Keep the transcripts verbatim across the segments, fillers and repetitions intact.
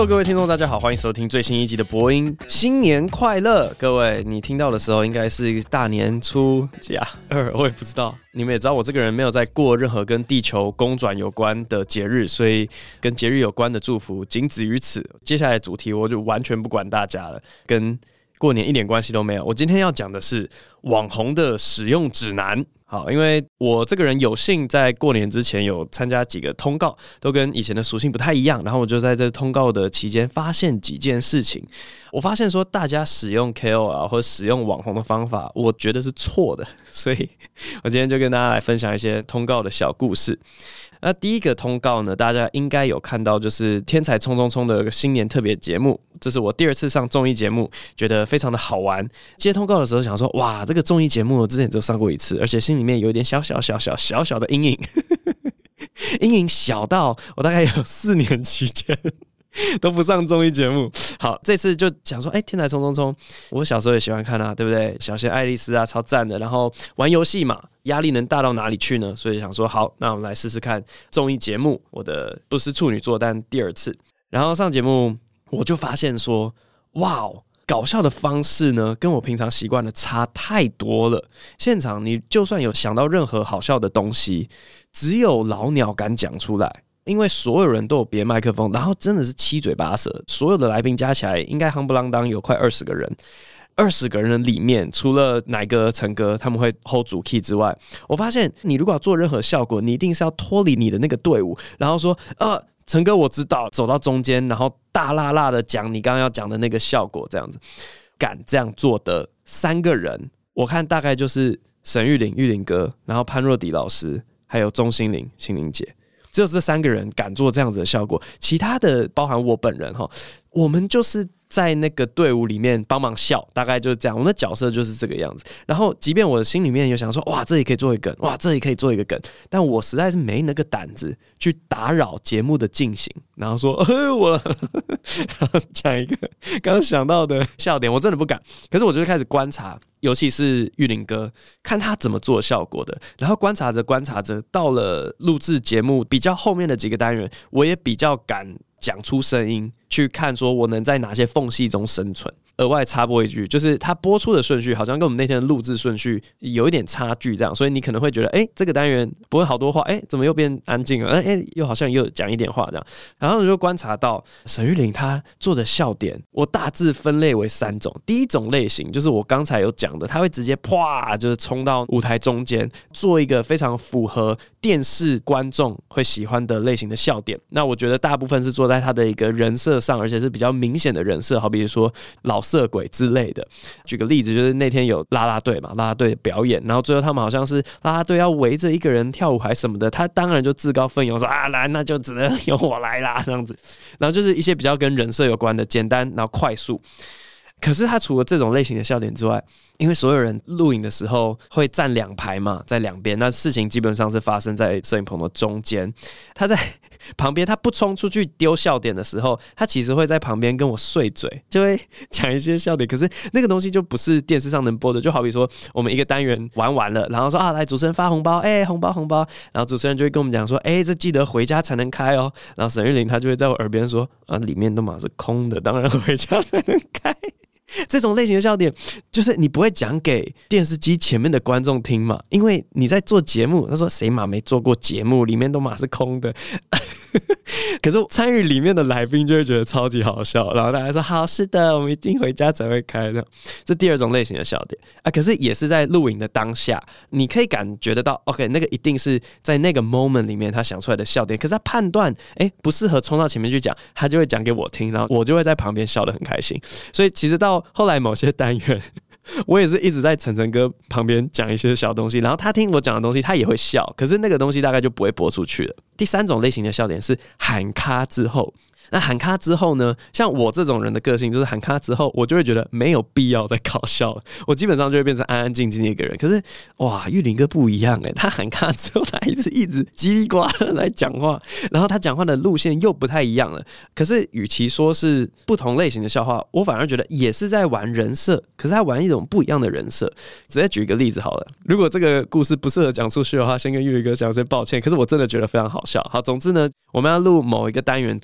Hello， 各位听众，大家好，欢迎收听最新一集的播音，新年快乐！各位，你听到的时候应该是大年初几啊？二，我也不知道。你们也知道，我这个人没有在过任何跟地球公转有关的节日，所以跟节日有关的祝福仅止于此。接下来的主题我就完全不管大家了，跟过年一点关系都没有。我今天要讲的是网红的使用指南。好，因为我这个人有幸在过年之前有参加几个通告，都跟以前的属性不太一样，然后我就在这通告的期间发现几件事情。我发现说大家使用 K O L 或者使用网红的方法，我觉得是错的，所以我今天就跟大家来分享一些通告的小故事。那第一个通告呢，大家应该有看到，就是天才冲冲冲的新年特别节目。这是我第二次上综艺节目，觉得非常的好玩。接通告的时候想说，哇，这个综艺节目我之前只有上过一次，而且心里面有一点小小小小小小的阴影，阴影小到我大概有四年期间都不上综艺节目。好，这次就想说，哎、欸，天才冲冲冲，我小时候也喜欢看啊，对不对？小学爱丽丝啊，超赞的。然后玩游戏嘛，压力能大到哪里去呢？所以想说，好，那我们来试试看综艺节目。我的不是处女座，但第二次。然后上节目，我就发现说，哇哦，搞笑的方式呢，跟我平常习惯的差太多了。现场你就算有想到任何好笑的东西，只有老鸟敢讲出来。因为所有人都有别麦克风，然后真的是七嘴八舌，所有的来宾加起来应该夯不啷当有快二十个人。二十个人里面，除了乃哥、陈哥他们会 hold 主 key 之外，我发现你如果要做任何效果，你一定是要脱离你的那个队伍，然后说，呃，陈哥我知道，走到中间，然后大辣辣的讲你刚刚要讲的那个效果，这样子。敢这样做的三个人，我看大概就是沈玉琳、玉琳哥，然后潘若迪老师，还有钟欣凌、欣凌姐。只有这三个人敢做这样子的效果，其他的包含我本人齁，我们就是在那个队伍里面帮忙笑，大概就是这样，我们的角色就是这个样子。然后即便我的心里面有想说，哇，这里可以做一个梗，哇，这里可以做一个梗，但我实在是没那个胆子去打扰节目的进行，然后说，呃，我讲一个刚刚想到的笑点，我真的不敢。可是我就开始观察，尤其是玉林哥，看他怎么做效果的，然后观察着观察着，到了录制节目比较后面的几个单元，我也比较敢讲出声音，去看说我能在哪些缝隙中生存。额外插播一句，就是它播出的顺序好像跟我们那天的录制顺序有一点差距，这样，所以你可能会觉得，哎、欸，这个单元不会好多话，哎、欸，怎么又变安静了？哎、欸，又好像又讲一点话这样。然后我就观察到沈玉琳她做的笑点，我大致分类为三种。第一种类型就是我刚才有讲的，他会直接啪就是冲到舞台中间，做一个非常符合电视观众会喜欢的类型的笑点。那我觉得大部分是做在他的一个人设上，而且是比较明显的人设，好比说老色鬼之类的。举个例子，就是那天有啦啦队嘛，啦啦队的表演，然后最后他们好像是啦啦队要围着一个人跳舞还什么的，他当然就自告奋勇说啊，来，那就只能由我来啦这样子。然后就是一些比较跟人设有关的，简单然后快速。可是他除了这种类型的笑点之外，因为所有人录影的时候会站两排嘛，在两边，那事情基本上是发生在摄影棚的中间。他在旁边，他不冲出去丢笑点的时候，他其实会在旁边跟我碎嘴，就会讲一些笑点。可是那个东西就不是电视上能播的，就好比说我们一个单元玩完了，然后说啊，来主持人发红包，哎、欸，红包红包，然后主持人就会跟我们讲说，哎、欸，这记得回家才能开哦。然后沈玉琳她就会在我耳边说，啊，里面都嘛是空的，当然回家才能开。这种类型的笑点，就是你不会讲给电视机前面的观众听嘛，因为你在做节目。他说谁嘛没做过节目，里面都嘛是空的。可是参与里面的来宾就会觉得超级好笑，然后大家说好，是的，我们一定回家才会开的。这第二种类型的笑点啊，可是也是在录影的当下，你可以感觉得到 ，OK， 那个一定是在那个 moment 里面他想出来的笑点。可是他判断，哎、欸，不适合冲到前面去讲，他就会讲给我听，然后我就会在旁边笑得很开心。所以其实到后来某些单元，我也是一直在晨晨哥旁边讲一些小东西，然后他听我讲的东西，他也会笑，可是那个东西大概就不会播出去了。第三种类型的笑点是喊卡之后。那喊卡之后呢，像我这种人的个性就是喊卡之后我就会觉得没有必要再搞笑了，我基本上就会变成安安静静的一个人。可是哇，玉林哥不一样耶，他喊卡之后他一直一直叽里呱啦来讲话，然后他讲话的路线又不太一样了。可是与其说是不同类型的笑话，我反而觉得也是在玩人设，可是他玩一种不一样的人设。直接举一个例子好了，如果这个故事不适合讲出去的话，先跟玉林哥讲声抱歉，可是我真的觉得非常好笑。好，总之呢，我们要录某一个单元之前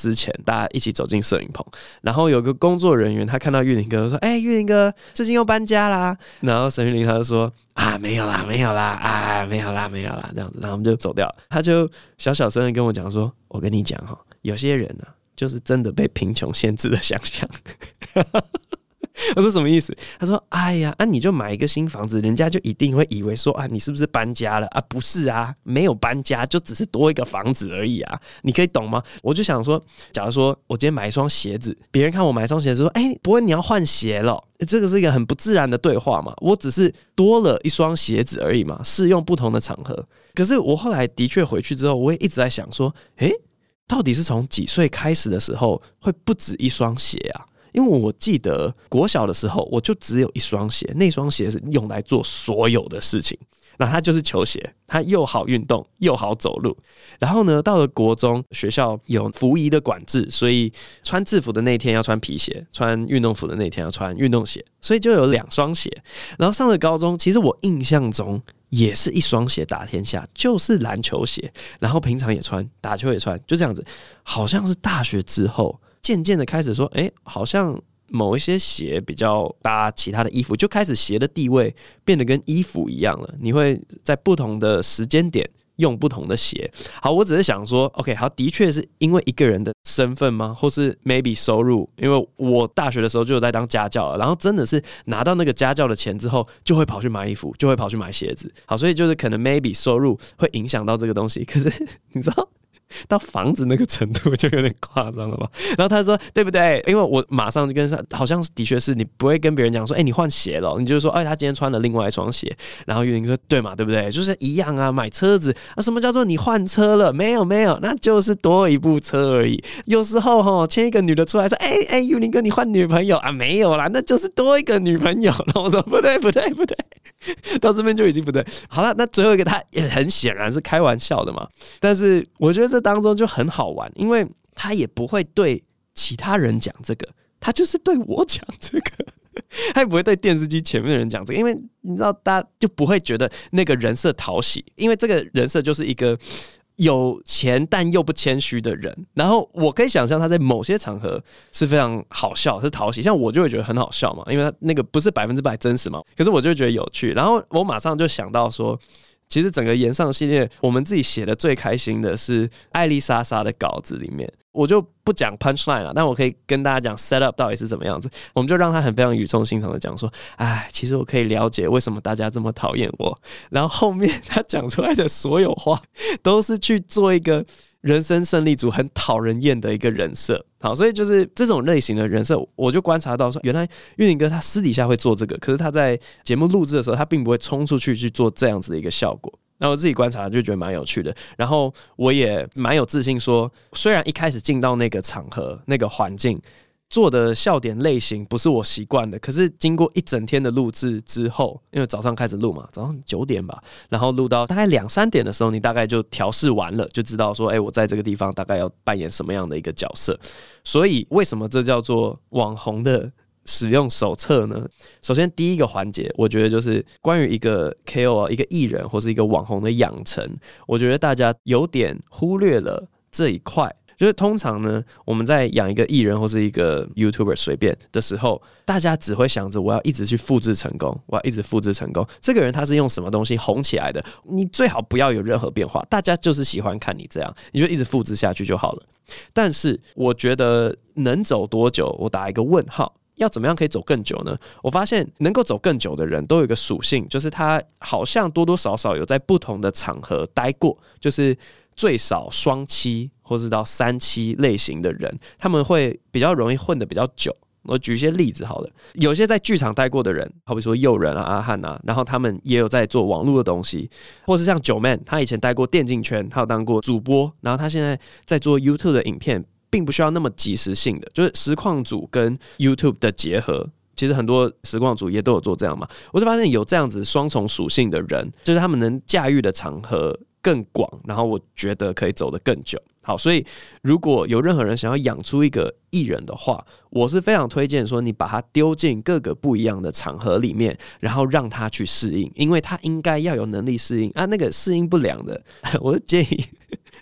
大家一起走进摄影棚，然后有个工作人员他看到玉林哥说：“哎、欸，玉林哥最近又搬家啦。”然后沈玉琳他就说：“啊，没有啦，没有啦，啊，没有啦，没有啦，这样子。”然后我们就走掉了。他就小小声的跟我讲说：“我跟你讲哈，有些人呢、啊，就是真的被贫穷限制了想象。”我说什么意思？他说：“哎呀，啊你就买一个新房子，人家就一定会以为说啊，你是不是搬家了啊？不是啊，没有搬家，就只是多一个房子而已啊。你可以懂吗？”我就想说，假如说我今天买一双鞋子，别人看我买一双鞋子说：“哎、欸，不会你要换鞋了？”这个是一个很不自然的对话嘛。我只是多了一双鞋子而已嘛，适用不同的场合。可是我后来的确回去之后，我也一直在想说，哎、欸，到底是从几岁开始的时候会不止一双鞋啊？因为我记得国小的时候，我就只有一双鞋，那双鞋是用来做所有的事情。那它就是球鞋，它又好运动又好走路。然后呢，到了国中，学校有服仪的管制，所以穿制服的那天要穿皮鞋，穿运动服的那天要穿运动鞋，所以就有两双鞋。然后上了高中，其实我印象中也是一双鞋打天下，就是篮球鞋。然后平常也穿，打球也穿，就这样子。好像是大学之后，渐渐的开始说，哎、欸，好像某一些鞋比较搭其他的衣服，就开始鞋的地位变得跟衣服一样了。你会在不同的时间点用不同的鞋。好，我只是想说 OK 好，的确是因为一个人的身份吗？或是 maybe 收入，因为我大学的时候就有在当家教了，然后真的是拿到那个家教的钱之后，就会跑去买衣服，就会跑去买鞋子。好，所以就是可能 maybe 收入会影响到这个东西。可是你知道到房子那个程度就有点夸张了吧？然后他说对不对？因为我马上就跟他，好像的确是你不会跟别人讲说，哎、欸，你换鞋了，你就说，哎，他今天穿了另外一双鞋。然后玉林说，对嘛，对不对？就是一样啊，买车子啊，什么叫做你换车了？没有没有，那就是多一部车而已。有时候哈，牵一个女的出来说，哎、欸、哎，玉林哥你换女朋友啊？没有啦，那就是多一个女朋友。然后我说不对不对不对。到这边就已经不对。好了，那最后一个他也很显然是开玩笑的嘛，但是我觉得这当中就很好玩，因为他也不会对其他人讲这个，他就是对我讲这个，他也不会对电视机前面的人讲这个，因为你知道大家就不会觉得那个人设讨喜，因为这个人设就是一个有钱但又不谦虚的人。然后我可以想象他在某些场合是非常好笑，是讨喜，像我就会觉得很好笑嘛，因为他那个不是百分之百真实嘛，可是我就会觉得有趣。然后我马上就想到说，其实整个炎上系列我们自己写的最开心的是艾丽莎莎的稿子里面，我就不讲 punchline 了，但我可以跟大家讲 set up 到底是怎么样子。我们就让他很非常语重心长的讲说，哎，其实我可以了解为什么大家这么讨厌我。然后后面他讲出来的所有话都是去做一个人生胜利组很讨人厌的一个人设。好，所以就是这种类型的人设，我就观察到说，原来玉林哥他私底下会做这个，可是他在节目录制的时候，他并不会冲出去去做这样子的一个效果。那我自己观察就觉得蛮有趣的，然后我也蛮有自信说，虽然一开始进到那个场合、那个环境做的笑点类型不是我习惯的，可是经过一整天的录制之后，因为早上开始录嘛，早上九点吧，然后录到大概两三点的时候，你大概就调试完了，就知道说，哎、欸，我在这个地方大概要扮演什么样的一个角色。所以为什么这叫做网红的使用手册呢？首先第一个环节我觉得就是关于一个 K O L 一个艺人或是一个网红的养成，我觉得大家有点忽略了这一块。就是通常呢，我们在养一个艺人或是一个 YouTuber 随便的时候，大家只会想着我要一直去复制成功，我要一直复制成功。这个人他是用什么东西红起来的，你最好不要有任何变化，大家就是喜欢看你这样，你就一直复制下去就好了。但是我觉得能走多久，我打一个问号。要怎么样可以走更久呢？我发现能够走更久的人都有一个属性，就是他好像多多少少有在不同的场合待过，就是最少双栖或是到三栖类型的人，他们会比较容易混得比较久。我举一些例子好了，有些在剧场待过的人，好比说佑仁啊、阿汉啊，然后他们也有在做网络的东西，或是像九 man， 他以前待过电竞圈，他有当过主播，然后他现在在做 YouTube 的影片，并不需要那么即时性的，就是实况组跟 YouTube 的结合。其实很多实况组也都有做这样嘛，我就发现有这样子双重属性的人，就是他们能驾驭的场合更广，然后我觉得可以走得更久。好，所以如果有任何人想要养出一个艺人的话，我是非常推荐说你把他丢进各个不一样的场合里面，然后让他去适应，因为他应该要有能力适应啊。那个适应不良的，我是建议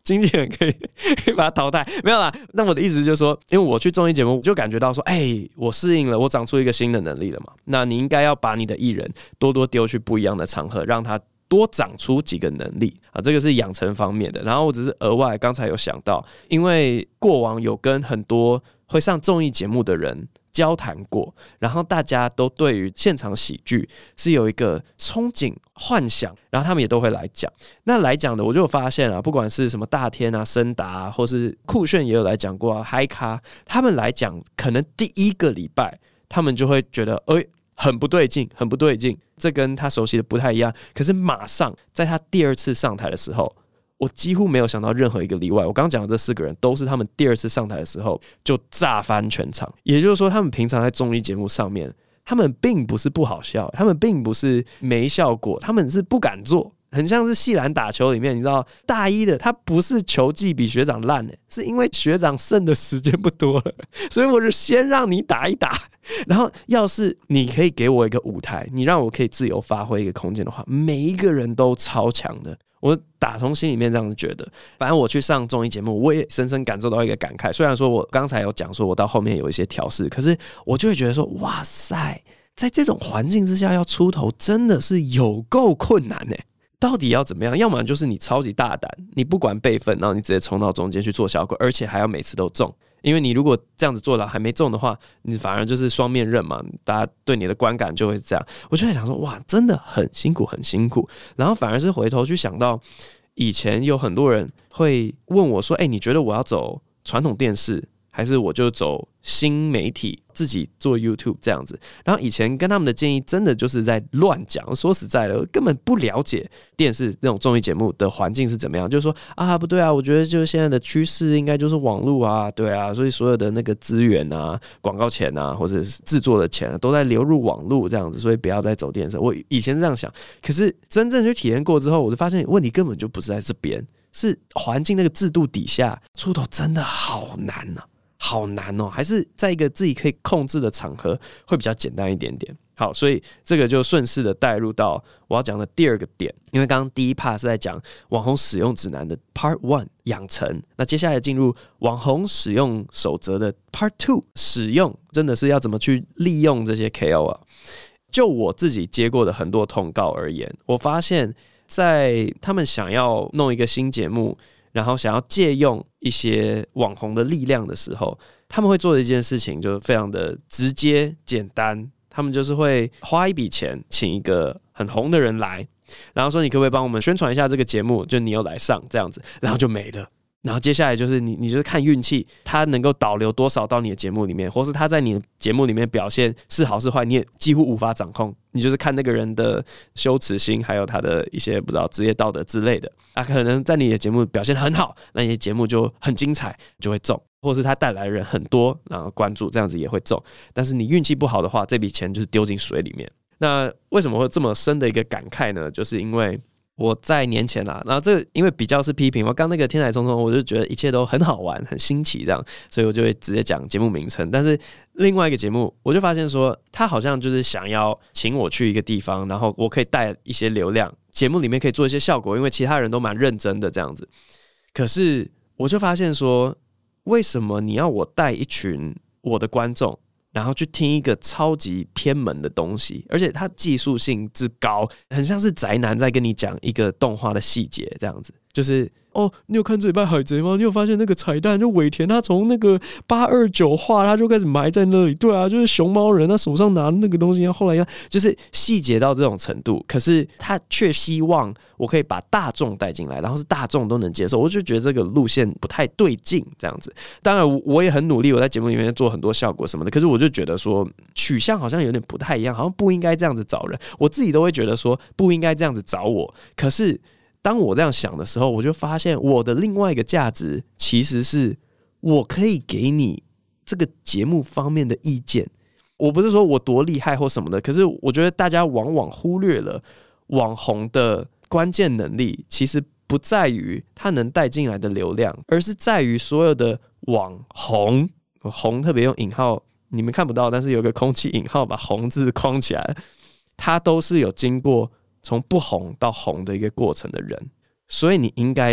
经纪人可以可以把他淘汰，没有啦。那我的意思就是说，因为我去综艺节目，我就感觉到说，哎、欸，我适应了，我长出一个新的能力了嘛。那你应该要把你的艺人多多丢去不一样的场合，让他多长出几个能力啊，这个是养成方面的。然后我只是额外刚才有想到，因为过往有跟很多会上综艺节目的人交谈过，然后大家都对于现场喜剧是有一个憧憬幻想，然后他们也都会来讲。那来讲的我就有发现啊，不管是什么大天啊、森达啊，或是酷炫也有来讲过啊，嗨咖，他们来讲可能第一个礼拜他们就会觉得哎、欸，很不对劲，很不对劲，这跟他熟悉的不太一样。可是马上在他第二次上台的时候，我几乎没有想到任何一个例外。我刚刚讲的这四个人都是他们第二次上台的时候就炸翻全场。也就是说，他们平常在综艺节目上面，他们并不是不好笑，他们并不是没效果，他们是不敢做。很像是系篮打球里面，你知道大一的他不是球技比学长烂、欸、是因为学长剩的时间不多了，所以我就先让你打一打，然后要是你可以给我一个舞台，你让我可以自由发挥一个空间的话，每一个人都超强的。我打从心里面这样觉得。反正我去上综艺节目，我也深深感受到一个感慨。虽然说我刚才有讲说我到后面有一些调试，可是我就会觉得说，哇塞，在这种环境之下要出头真的是有够困难欸。到底要怎么样？要么就是你超级大胆，你不管辈分，然后你直接冲到中间去做效果，而且还要每次都中。因为你如果这样子做了还没中的话，你反而就是双面刃嘛，大家对你的观感就会这样。我就在想说，哇，真的很辛苦，很辛苦。然后反而是回头去想到，以前有很多人会问我说：“哎、欸，你觉得我要走传统电视，还是我就走新媒体，自己做 YouTube 这样子？”然后以前跟他们的建议真的就是在乱讲，说实在的，我根本不了解电视那种综艺节目的环境是怎么样。就是说啊，不对啊，我觉得就是现在的趋势应该就是网络啊，对啊，所以所有的那个资源啊、广告钱啊，或者是制作的钱、啊、都在流入网络这样子，所以不要再走电视。我以前是这样想，可是真正去体验过之后，我就发现问题根本就不是在这边，是环境那个制度底下出头真的好难啊。好难哦，还是在一个自己可以控制的场合会比较简单一点点。好，所以这个就顺势的带入到我要讲的第二个点，因为刚刚第一 part 是在讲网红使用指南的 part one 养成，那接下来进入网红使用守则的 part two 使用，真的是要怎么去利用这些 K O 啊。就我自己接过的很多通告而言，我发现在他们想要弄一个新节目，然后想要借用一些网红的力量的时候，他们会做的一件事情就非常的直接简单，他们就是会花一笔钱请一个很红的人来，然后说你可不可以帮我们宣传一下这个节目，就你有来上这样子，然后就没了。然后接下来就是你，你就是看运气，他能够导流多少到你的节目里面，或是他在你的节目里面表现是好是坏，你也几乎无法掌控。你就是看那个人的羞耻心，还有他的一些不知道职业道德之类的啊。可能在你的节目表现很好，那你的节目就很精彩，就会中；或是他带来的人很多，然后关注，这样子也会中。但是你运气不好的话，这笔钱就是丢进水里面。那为什么会这么深的一个感慨呢？就是因为我在年前啦，然后这个因为比较是批评，我刚那个天才匆匆，我就觉得一切都很好玩、很新奇这样，所以我就会直接讲节目名称。但是另外一个节目，我就发现说，他好像就是想要请我去一个地方，然后我可以带一些流量，节目里面可以做一些效果，因为其他人都蛮认真的这样子。可是我就发现说，为什么你要我带一群我的观众？然后去听一个超级偏门的东西，而且它技术性之高，很像是宅男在跟你讲一个动画的细节这样子。就是哦，你有看这礼拜海贼吗？你有发现那个彩蛋，就尾田他从那个八二九画他就开始埋在那里。对啊，就是熊猫人他手上拿那个东西，后来就是细节到这种程度，可是他却希望我可以把大众带进来，然后是大众都能接受。我就觉得这个路线不太对劲这样子。当然我也很努力，我在节目里面做很多效果什么的，可是我就觉得说取向好像有点不太一样，好像不应该这样子找人。我自己都会觉得说不应该这样子找我，可是当我这样想的时候，我就发现我的另外一个价值其实是我可以给你这个节目方面的意见。我不是说我多厉害或什么的，可是我觉得大家往往忽略了网红的关键能力，其实不在于他能带进来的流量，而是在于所有的网红，红特别用引号，你们看不到，但是有个空气引号把红字框起来，他都是有经过从不红到红的一个过程的人，所以你应该要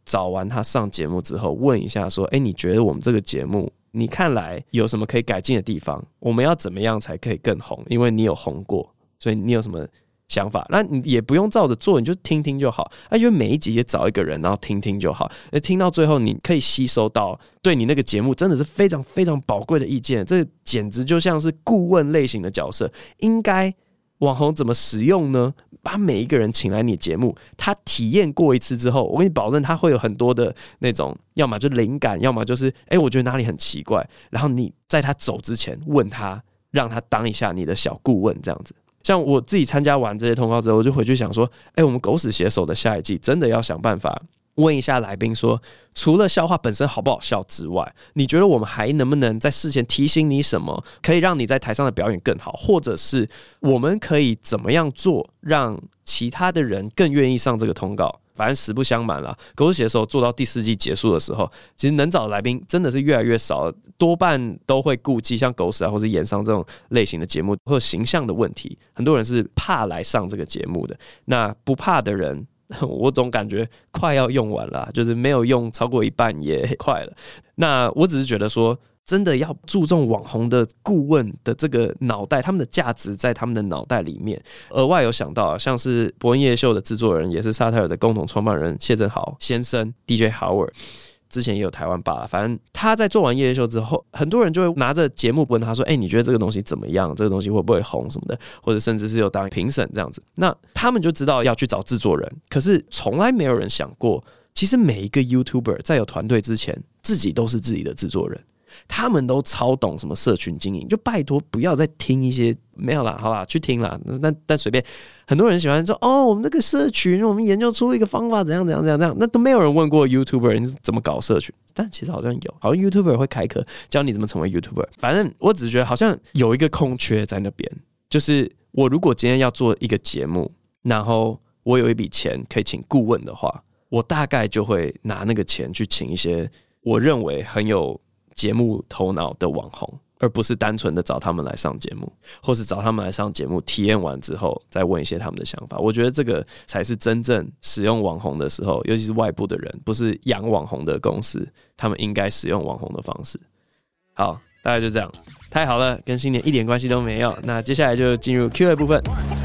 找完他上节目之后，问一下说，哎，你觉得我们这个节目你看来有什么可以改进的地方？我们要怎么样才可以更红？因为你有红过，所以你有什么想法？那你也不用照着做，你就听听就好。啊，因为每一集也找一个人，然后听听就好。听到最后，你可以吸收到对你那个节目真的是非常非常宝贵的意见。这简直就像是顾问类型的角色。应该网红怎么使用呢？把每一个人请来你节目，他体验过一次之后，我跟你保证，他会有很多的那种，要么就灵感，要么就是哎、欸，我觉得哪里很奇怪。然后你在他走之前问他，让他当一下你的小顾问，这样子。像我自己参加完这些通告之后，我就回去想说，哎、欸，我们狗屎写手的下一季真的要想办法问一下来宾说，除了笑话本身好不好笑之外，你觉得我们还能不能在事前提醒你什么，可以让你在台上的表演更好，或者是我们可以怎么样做，让其他的人更愿意上这个通告？反正实不相瞒啦，狗屎写手做到第四季结束的时候，其实能找的来宾真的是越来越少了，多半都会顾忌像狗屎啊或是演商这种类型的节目会有形象的问题，很多人是怕来上这个节目的。那不怕的人，我总感觉快要用完了，就是没有用超过一半也快了。那我只是觉得说，真的要注重网红的顾问的这个脑袋，他们的价值在他们的脑袋里面。额外有想到，像是伯恩夜夜秀的制作人，也是萨泰尔的共同创办人谢振豪先生 D J Howard。之前也有台湾吧，反正他在做完夜夜秀之后，很多人就会拿着节目问他说：“哎、欸，你觉得这个东西怎么样？这个东西会不会红什么的？”或者甚至是有当评审这样子。那他们就知道要去找制作人，可是从来没有人想过，其实每一个 YouTuber 在有团队之前，自己都是自己的制作人。他们都超懂什么社群经营，就拜托不要再听一些没有啦，好啦，去听啦。但但随便，很多人喜欢说哦，我们这个社群，我们研究出一个方法，怎样怎样怎样怎样，那都没有人问过 YouTuber 你是怎么搞社群。但其实好像有，好像 YouTuber 会开课教你怎么成为 YouTuber。反正我只是觉得好像有一个空缺在那边，就是我如果今天要做一个节目，然后我有一笔钱可以请顾问的话，我大概就会拿那个钱去请一些我认为很有节目头脑的网红，而不是单纯的找他们来上节目，或是找他们来上节目体验完之后再问一些他们的想法。我觉得这个才是真正使用网红的时候，尤其是外部的人，不是养网红的公司，他们应该使用网红的方式。好，大概就这样，太好了，跟新年一点关系都没有。那接下来就进入 Q A 部分。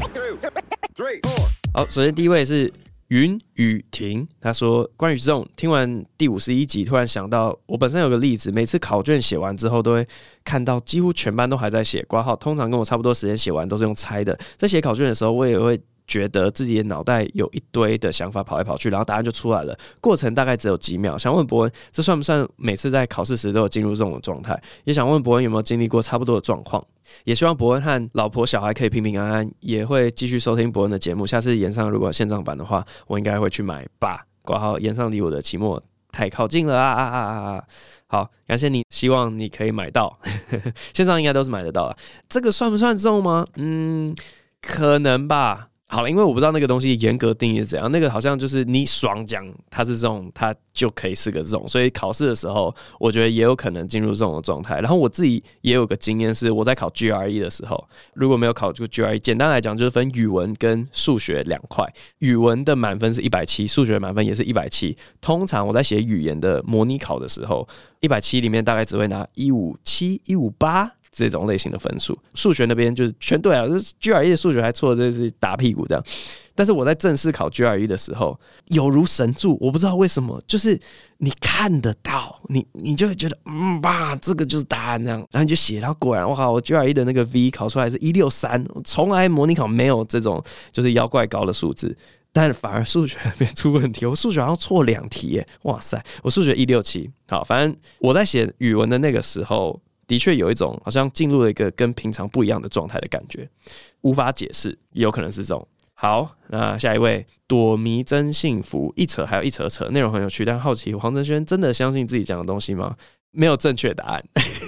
好，首先第一位是云雨婷，他说关于这种听完第五十一集，突然想到我本身有个例子，每次考卷写完之后，都会看到几乎全班都还在写括号，通常跟我差不多时间写完，都是用猜的。在写考卷的时候，我也会觉得自己的脑袋有一堆的想法跑来跑去，然后答案就出来了，过程大概只有几秒。想问伯恩，这算不算每次在考试时都有进入这种状态？也想问伯恩有没有经历过差不多的状况？也希望伯恩和老婆小孩可以平平安安，也会继续收听伯恩的节目。下次演上如果有线上版的话，我应该会去买吧。括号演上离我的期末太靠近了啊啊啊啊啊！好，感谢你，希望你可以买到，线上应该都是买得到的。这个算不算中吗？嗯，可能吧。好了，因为我不知道那个东西严格定义是怎样，那个好像就是你爽讲它是这种，它就可以是个这种，所以考试的时候，我觉得也有可能进入这种的状态。然后我自己也有个经验是，我在考 G R E 的时候，如果没有考这个 G R E， 简单来讲就是分语文跟数学两块，语文的满分是一百七，数学的满分也是一百七。通常我在写语言的模拟考的时候，一百七里面大概只会拿一百五十七、一百五十八。这种类型的分数，数学那边就是全对啊，就是 G R E 的数学还错，这是打屁股这样。但是我在正式考 G R E 的时候，有如神助，我不知道为什么，就是你看得到，你你就会觉得，嗯吧，这个就是答案这样，然后你就写，然后果然，哇，我 G R E 的那个 V 考出来是一百六十三，从来模拟考没有这种就是妖怪高的数字。但反而数学没出问题，我数学好像错两题耶，哇塞，我数学一百六十七。好，反正我在写语文的那个时候，的确有一种好像进入了一个跟平常不一样的状态的感觉，无法解释，也有可能是这种。好，那下一位躲迷真幸福，一扯还有一扯扯，内容很有趣，但好奇黄承轩真的相信自己讲的东西吗？没有正确答案。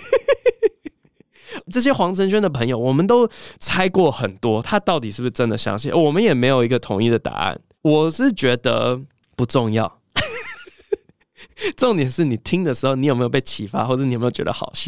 这些黄承轩的朋友，我们都猜过很多，他到底是不是真的相信？我们也没有一个统一的答案。我是觉得不重要。重点是你听的时候，你有没有被启发，或者你有没有觉得好笑？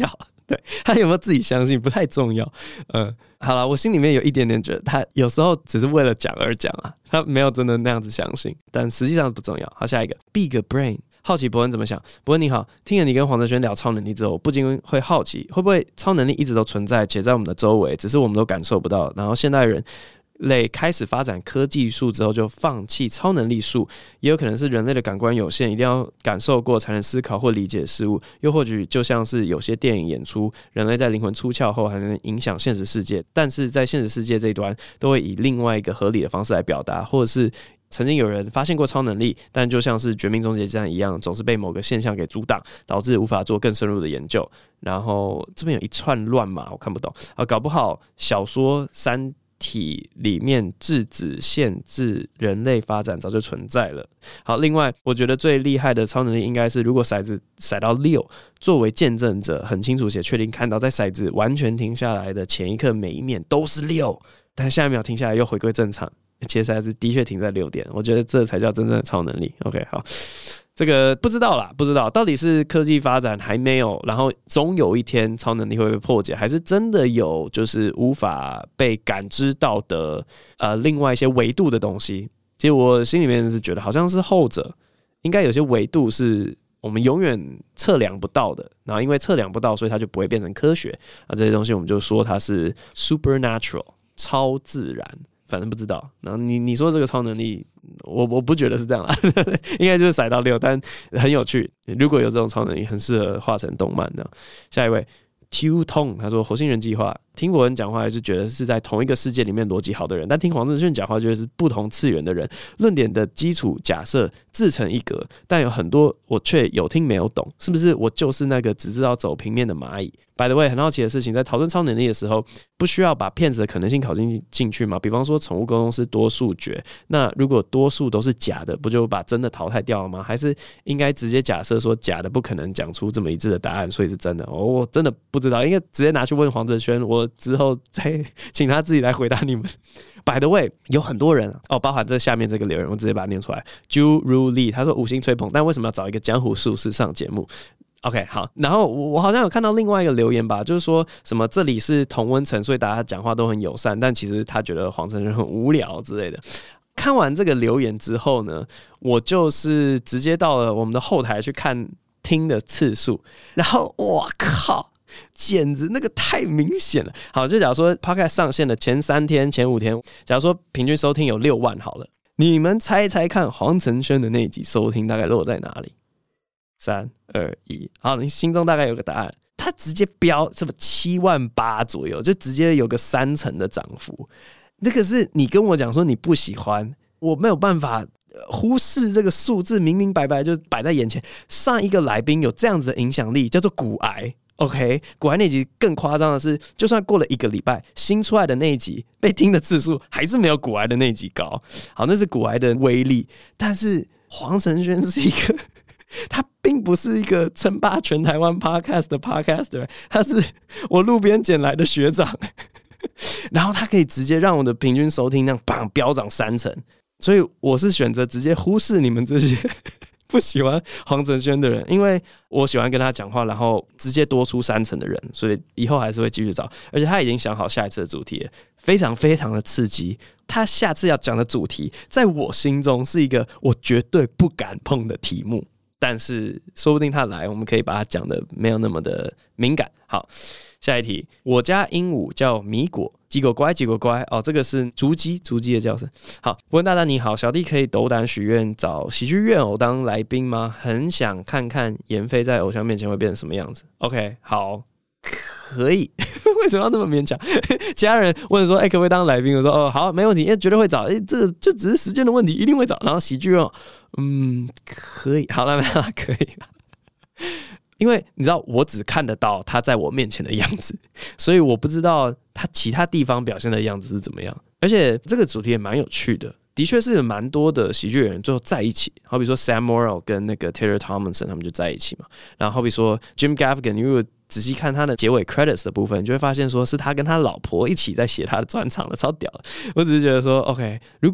对，他有没有自己相信不太重要。嗯，好了，我心里面有一点点觉得他有时候只是为了讲而讲啊，他没有真的那样子相信，但实际上不重要。好，下一个 Big Brain。好奇伯恩怎么想？伯恩你好，听了你跟黄哲轩聊超能力之后，我不禁会好奇，会不会超能力一直都存在，且在我们的周围，只是我们都感受不到。然后现代人类开始发展科技术之后，就放弃超能力术，也有可能是人类的感官有限，一定要感受过才能思考或理解事物。又或许就像是有些电影演出，人类在灵魂出窍后还能影响现实世界，但是在现实世界这一端，都会以另外一个合理的方式来表达，或者是曾经有人发现过超能力，但就像是绝命终结战一样，总是被某个现象给阻挡，导致无法做更深入的研究。然后这边有一串乱码，我看不懂啊，搞不好小说三体里面质子限制人类发展早就存在了。好，另外我觉得最厉害的超能力应该是，如果骰子骰到六，作为见证者，很清楚且确定看到在骰子完全停下来的前一刻，每一面都是六，但下一秒停下来又回归正常。其实还是的确停在六点，我觉得这才叫真正的超能力。OK， 好，这个不知道啦，不知道到底是科技发展还没有，然后总有一天超能力会被破解，还是真的有就是无法被感知到的呃另外一些维度的东西。其实我心里面是觉得好像是后者，应该有些维度是我们永远测量不到的，然后因为测量不到，所以它就不会变成科学啊。这些东西我们就说它是 supernatural 超自然。反正不知道，然后你你说这个超能力，我我不觉得是这样啦，应该就是骰到六，但很有趣。如果有这种超能力，很适合画成动漫这样。下一位 Q Tong 他说火星人计划，听伯恩讲话还是觉得是在同一个世界里面逻辑好的人，但听黄志炫讲话觉得是不同次元的人。论点的基础假设自成一格，但有很多我却有听没有懂，是不是我就是那个只知道走平面的蚂蚁？By the way， 很好奇的事情，在讨论超能力的时候，不需要把骗子的可能性考进进去吗？比方说，宠物沟通是多数决，那如果多数都是假的，不就把真的淘汰掉了吗？还是应该直接假设说假的不可能讲出这么一致的答案，所以是真的？哦，我真的不知道，应该直接拿去问黄哲轩，我之后再请他自己来回答你们。By the way， 有很多人哦，包含这下面这个留言，我直接把它念出来。Ju Ru Lee 他说五星吹捧，但为什么要找一个江湖术士上节目？OK， 好，然后我好像有看到另外一个留言吧，就是说什么这里是同温层，所以大家讲话都很友善，但其实他觉得黄承轩很无聊之类的。看完这个留言之后呢，我就是直接到了我们的后台去看听的次数，然后我靠，简直那个太明显了。好，就假如说 Podcast 上线的前三天、前五天，假如说平均收听有六万好了，你们猜一猜看，黄承轩的那一集收听大概落在哪里？三二一，好，你心中大概有个答案。他直接飙这么七万八左右，就直接有个三成的涨幅。那个是你跟我讲说你不喜欢，我没有办法忽视这个数字，明明白白就摆在眼前。上一个来宾有这样子的影响力，叫做骨癌。OK， 骨癌那集更夸张的是，就算过了一个礼拜，新出来的那一集被听的次数还是没有骨癌的那一集高。好，那是骨癌的威力。但是黄承轩是一个。他并不是一个称霸全台湾 podcast 的 podcaster， 他是我路边捡来的学长，然后他可以直接让我的平均收听量砰飙涨三成，所以我是选择直接忽视你们这些不喜欢黄承轩的人，因为我喜欢跟他讲话，然后直接多出三成的人，所以以后还是会继续找，而且他已经想好下一次的主题了，非常非常的刺激。他下次要讲的主题，在我心中是一个我绝对不敢碰的题目。但是说不定他来，我们可以把它讲的没有那么的敏感。好，下一题，我家鹦鹉叫米果，几果乖，几果乖哦，这个是竹鸡，竹鸡的叫声。好，伯恩大大你好，小弟可以斗胆许愿找喜剧院偶当来宾吗？很想看看妍霏在偶像面前会变成什么样子。OK， 好。可以，为什么要那么勉强？其他人问说：“哎、欸，可不可以当来宾？”我说：“哦，好，没问题，因为绝对会找。哎、欸，这个就只是时间的问题，一定会找。”然后喜剧哦，嗯，可以，好了，没有了，可以了。因为你知道，我只看得到他在我面前的样子，所以我不知道他其他地方表现的样子是怎么样。而且这个主题也蛮有趣的。的确是蛮多的喜剧演员最后在一起，好比说 Sam Morril 跟那个 Taylor Tomlinson 他们就在一起嘛。然后好比说 Jim Gaffigan， 如果仔细看他的结尾 credits 的部分，就会发现说是他跟他老婆一起在写他的专场的，超屌的。我只是觉得说 ，OK， 如果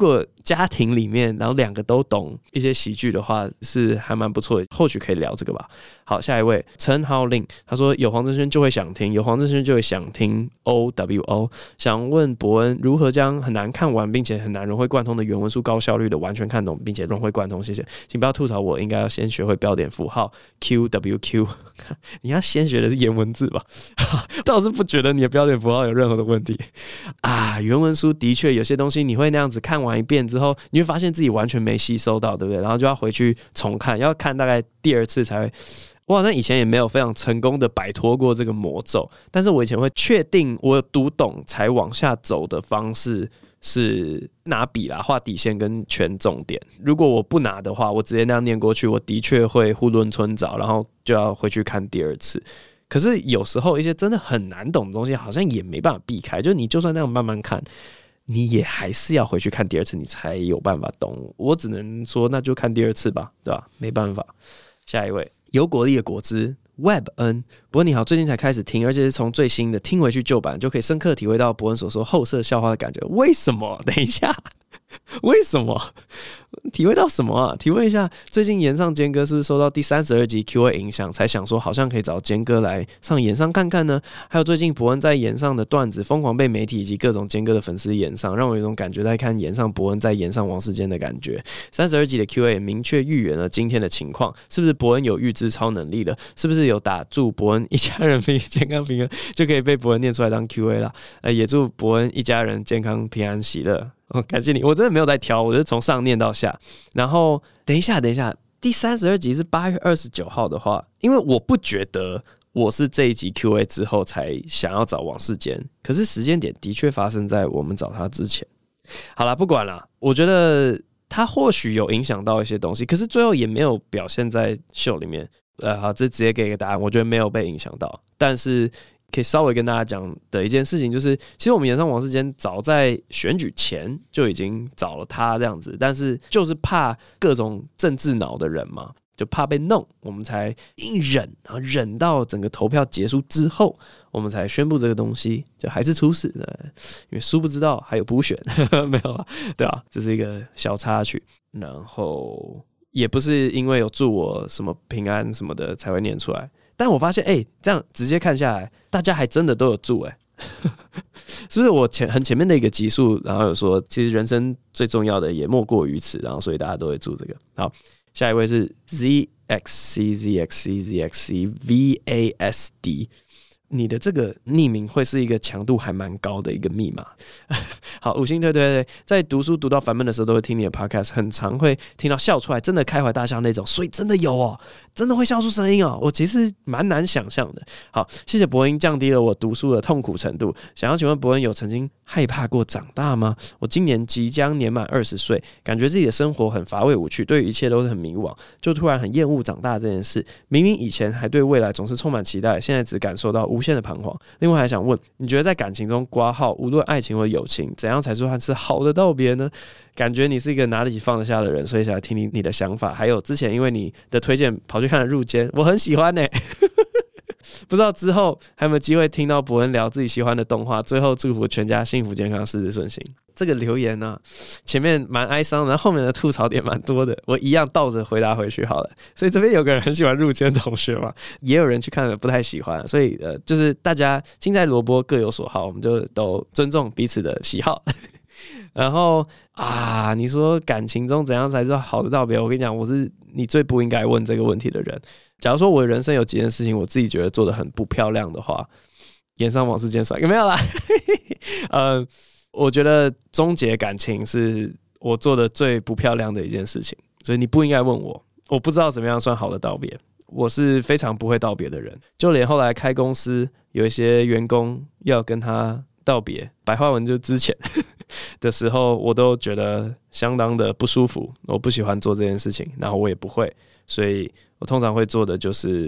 家庭里面，然后两个都懂一些喜剧的话，是还蛮不错的，或许可以聊这个吧。好，下一位陈浩令，他说有黄振轩就会想听，有黄振轩就会想听 O W O。想问伯恩如何将很难看完并且很难融会贯通的原文书高效率的完全看懂并且融会贯通，谢谢。请不要吐槽我，应该要先学会标点符号 Q W Q。你要先学的是颜文字吧？倒是不觉得你的标点符号有任何的问题啊。原文书的确有些东西你会那样子看完一遍之后，你会发现自己完全没吸收到，对不对？然后就要回去重看，要看大概第二次才会。我好像以前也没有非常成功的摆脱过这个魔咒，但是我以前会确定我有读懂才往下走的方式是拿笔啦画底线跟圈重点。如果我不拿的话，我直接那样念过去，我的确会囫囵吞枣，然后就要回去看第二次。可是有时候一些真的很难懂的东西，好像也没办法避开，就你就算那样慢慢看，你也还是要回去看第二次，你才有办法懂。我只能说，那就看第二次吧，对吧？没办法。下一位，有果粒的果汁 Web N， 伯恩你好，最近才开始听，而且是从最新的听回去旧版，就可以深刻体会到伯恩所说后设笑话的感觉。为什么？等一下，为什么？体会到什么啊？体会一下，最近炎上坚哥是不是受到第三十二集 Q A 影响，才想说好像可以找坚哥来上炎上看看呢？还有最近伯恩在炎上的段子疯狂被媒体以及各种坚哥的粉丝炎上，让我有一种感觉在看炎上伯恩在炎上王世坚的感觉。三十二集的 Q A 明确预言了今天的情况，是不是伯恩有预知超能力了？是不是有打祝伯恩一家人健康平安就可以被伯恩念出来当 Q A 啦？呃，也祝伯恩一家人健康平安喜乐。哦，感谢你，我真的没有在挑，我是从上念到下。然后等一下，等一下，第三十二集是八月二十九号的话，因为我不觉得我是这一集 Q A 之后才想要找王世坚，可是时间点的确发生在我们找他之前。好啦，不管啦，我觉得他或许有影响到一些东西，可是最后也没有表现在秀里面。呃，好，这直接给一个答案，我觉得没有被影响到，但是。可以稍微跟大家讲的一件事情就是，其实我们炎上王世坚早在选举前就已经找了他这样子，但是就是怕各种政治脑的人嘛，就怕被弄，我们才硬忍，然后忍到整个投票结束之后，我们才宣布这个东西，就还是出事，因为殊不知道还有补选，没有啊，对啊，这是一个小插曲，然后也不是因为有祝我什么平安什么的才会念出来。但我发现，哎、欸，这样直接看下来，大家还真的都有住、欸，哎，是不是？我前很前面的一个集数，然后有说，其实人生最重要的也莫过于此，然后所以大家都会住这个。好，下一位是 Z X C Z X C Z X C V A S D。你的这个匿名会是一个强度还蛮高的一个密码。好，五星推推推，在读书读到烦闷的时候，都会听你的 podcast， 很常会听到笑出来，真的开怀大笑那种，所以真的有哦，真的会笑出声音哦，我其实蛮难想象的。好，谢谢伯恩降低了我读书的痛苦程度。想要请问伯恩有曾经害怕过长大吗？我今年即将年满二十岁，感觉自己的生活很乏味无趣，对于一切都是很迷惘，就突然很厌恶长大这件事。明明以前还对未来总是充满期待，现在只感受到无限的彷徨。另外还想问，你觉得在感情中挂号，无论爱情或友情，怎样才算是好的道别呢？感觉你是一个拿得起放得下的人，所以想来听听你的想法。还有之前因为你的推荐跑去看了入监，我很喜欢欸不知道之后还有没有机会听到伯恩聊自己喜欢的动画。最后祝福全家幸福健康，事事顺心。这个留言呢、啊，前面蛮哀伤的，然后后面的吐槽点蛮多的，我一样倒着回答回去好了。所以这边有个人很喜欢入监同学嘛，也有人去看了不太喜欢，所以呃，就是大家青菜萝卜各有所好，我们就都尊重彼此的喜好。然后啊，你说感情中怎样才是好的道别？我跟你讲，我是你最不应该问这个问题的人。假如说我的人生有几件事情我自己觉得做得很不漂亮的话，演上王世坚帅，有没有啦？呃，我觉得终结感情是我做的最不漂亮的一件事情，所以你不应该问我，我不知道怎么样算好的道别。我是非常不会道别的人，就连后来开公司，有一些员工要跟他道别，白话文就之前的时候，我都觉得相当的不舒服，我不喜欢做这件事情，然后我也不会，所以我通常会做的就是，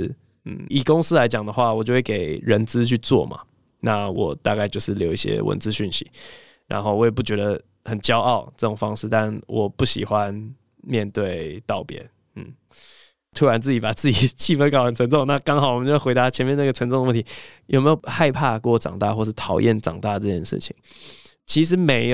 嗯，以公司来讲的话，我就会给人资去做嘛，那我大概就是留一些文字讯息，然后我也不觉得很骄傲这种方式，但我不喜欢面对道别，嗯。突然自己把自己气氛搞很沉重，那刚好我们就回答前面那个沉重的问题：有没有害怕过长大，或是讨厌长大这件事情？其实没有，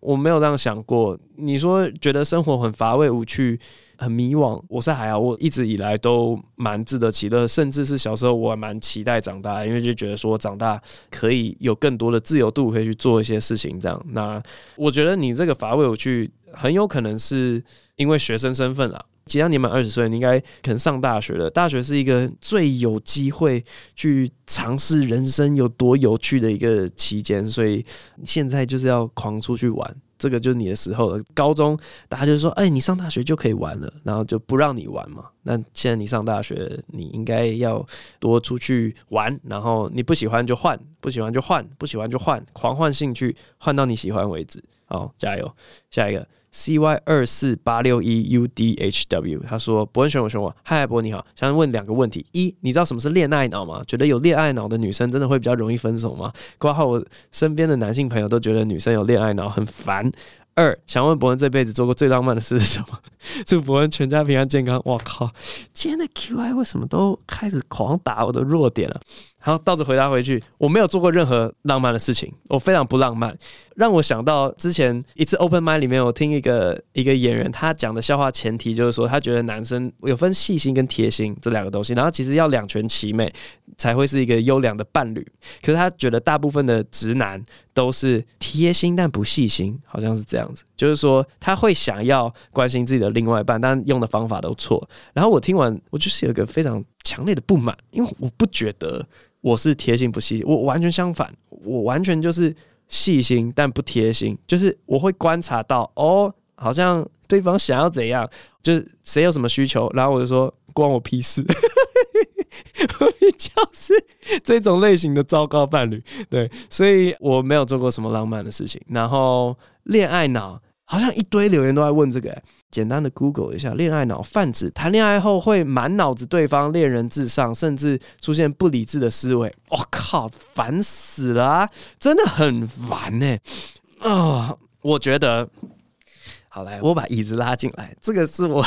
我没有这样想过。你说觉得生活很乏味无趣很迷惘，我是还好，我一直以来都蛮自得其乐，甚至是小时候我还蛮期待长大，因为就觉得说长大可以有更多的自由度，可以去做一些事情这样。那我觉得你这个乏味无趣很有可能是因为学生身份啦，即将年满二十岁，你应该可能上大学了。大学是一个最有机会去尝试人生有多有趣的一个期间，所以现在就是要狂出去玩，这个就是你的时候了。高中大家就说，哎，你上大学就可以玩了，然后就不让你玩嘛。那现在你上大学，你应该要多出去玩，然后你不喜欢就换，不喜欢就换，不喜欢就换，狂换兴趣，换到你喜欢为止。好，加油！下一个。C Y 二四八六一 U D H W 他说：“伯恩选我选我，嗨，伯恩你好，想问两个问题：一，你知道什么是恋爱脑吗？觉得有恋爱脑的女生真的会比较容易分手吗？括号我身边的男性朋友都觉得女生有恋爱脑很烦。二，想问伯恩这辈子做过最浪漫的事是什么？祝伯恩全家平安健康。哇靠，今天的 Q I 为什么都开始狂打我的弱点了？好，倒着回答回去，我没有做过任何浪漫的事情，我非常不浪漫。让我想到之前一次 Open Mic 里面，我听一个一个演员他讲的笑话，前提就是说他觉得男生有分细心跟贴心这两个东西，然后其实要两全其美才会是一个优良的伴侣。可是他觉得大部分的直男都是贴心但不细心，好像是这样子，就是说他会想要关心自己的另外一半，但用的方法都错。然后我听完，我就是有一个非常强烈的不满，因为我不觉得我是贴心不细心，我完全相反，我完全就是细心但不贴心，就是我会观察到哦，好像对方想要怎样，就是谁有什么需求，然后我就说关我屁事。我比较是这种类型的糟糕伴侣，对，所以我没有做过什么浪漫的事情。然后恋爱脑，好像一堆留言都在问这个、欸，简单的 Google 一下，恋爱脑泛指谈恋爱后会满脑子对方恋人至上，甚至出现不理智的思维。我、哦、靠，烦死了、啊，真的很烦呢、欸。啊、呃，我觉得，好来，我把椅子拉进来，这个是我。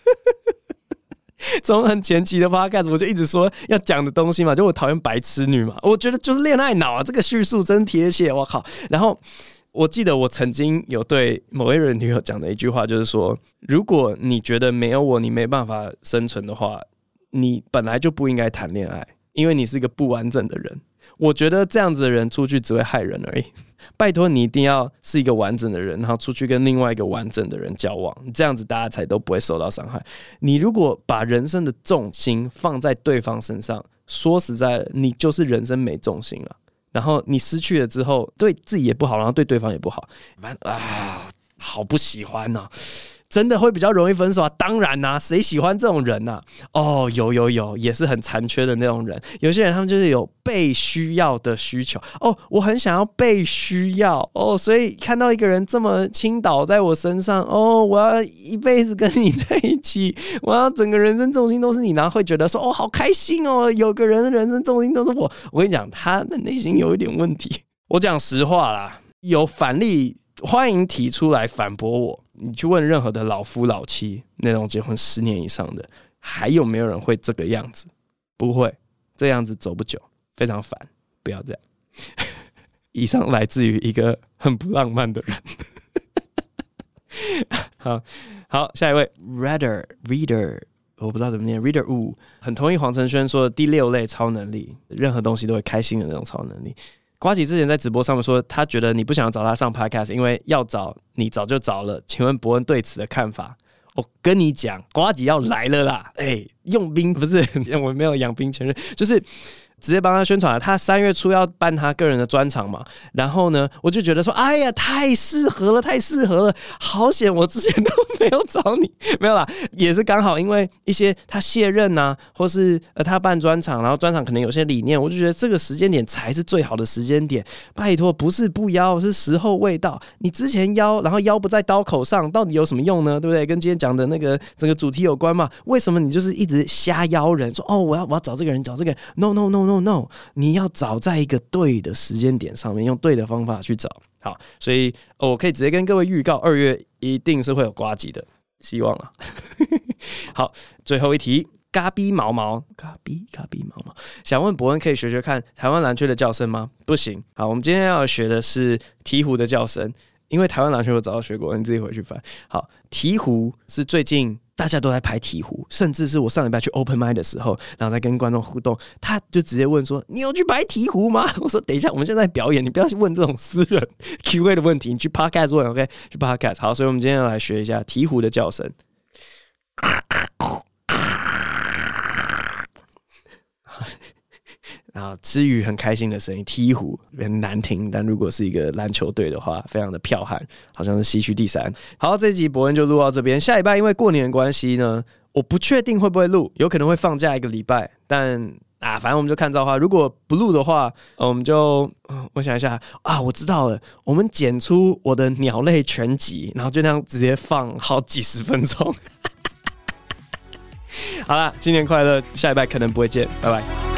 从很前期的 podcast 我就一直说要讲的东西嘛，就我讨厌白痴女嘛，我觉得就是恋爱脑啊，这个叙述真贴切，我靠！然后我记得我曾经有对某一任女友讲的一句话，就是说，如果你觉得没有我你没办法生存的话，你本来就不应该谈恋爱，因为你是一个不完整的人。我觉得这样子的人出去只会害人而已。拜托你一定要是一个完整的人，然后出去跟另外一个完整的人交往，这样子大家才都不会受到伤害。你如果把人生的重心放在对方身上，说实在的，你就是人生没重心了。然后你失去了之后，对自己也不好，然后对对方也不好，啊，好不喜欢啊！真的会比较容易分手啊？当然啊，谁喜欢这种人啊？哦，有有有，也是很残缺的那种人。有些人他们就是有被需要的需求。哦，我很想要被需要哦，所以看到一个人这么倾倒在我身上，哦，我要一辈子跟你在一起，我要整个人生重心都是你，然后会觉得说，哦，好开心哦，有个人的人生重心都是我。我跟你讲，他的内心有一点问题。我讲实话啦，有反例。欢迎提出来反驳我。你去问任何的老夫老妻，那种结婚十年以上的，还有没有人会这个样子？不会，这样子走不久，非常烦，不要这样。以上来自于一个很不浪漫的人。好好，下一位 Reader Reader， 我不知道怎么念 Reader 五，很同意黄承轩说的第六类超能力，任何东西都会开心的那种超能力。呱吉之前在直播上面说，他觉得你不想要找他上 podcast， 因为要找你早就找了。请问伯恩对此的看法？我跟你讲，呱吉要来了啦！哎、欸，用兵不是我没有养兵千日，就是直接帮他宣传了。他三月初要办他个人的专场嘛，然后呢，我就觉得说，哎呀，太适合了，太适合了，好险我之前都没有找你，没有啦，也是刚好因为一些他卸任啊，或是呃他办专场，然后专场可能有些理念，我就觉得这个时间点才是最好的时间点。拜托，不是不邀，是时候未到。你之前邀，然后邀不在刀口上，到底有什么用呢？对不对？跟今天讲的那个整个主题有关嘛？为什么你就是一直瞎邀人，说哦，我要我要找这个人，找这个人 ？No No No No No， 你要找在一个对的时间点上面，用对的方法去找。好，所以、哦、我可以直接跟各位预告，二月一定是会有呱吉的，希望啦。好，最后一题，嘎逼毛毛，嘎逼嘎逼毛毛，想问伯恩可以学学看台湾蓝雀的叫声吗？不行。好，我们今天要学的是鹈鹕的叫声。 因为台湾篮球有找到学过，你自己回去翻。好，鹈鹕是最近大家都在排鹈鹕，甚至是我上礼拜去 Open Mic 的时候，然后在跟观众互动，他就直接问说：“你有去排鹈鹕吗？”我说：“等一下，我们现在表演，你不要问这种私人 Q A 的问题，你去 Podcast 问 ，OK？ 去 Podcast。好，所以我们今天要来学一下鹈鹕的叫声。然后之余很开心的声音，鹈鹕很难听，但如果是一个篮球队的话，非常的剽悍，好像是西区第三。好，这集伯恩就录到这边，下礼拜因为过年的关系呢，我不确定会不会录，有可能会放假一个礼拜，但啊，反正我们就看造化。如果不录的话，我们就我想一下啊，我知道了，我们剪出我的鸟类全集，然后就那样直接放好几十分钟。好啦，新年快乐，下礼拜可能不会见，拜拜。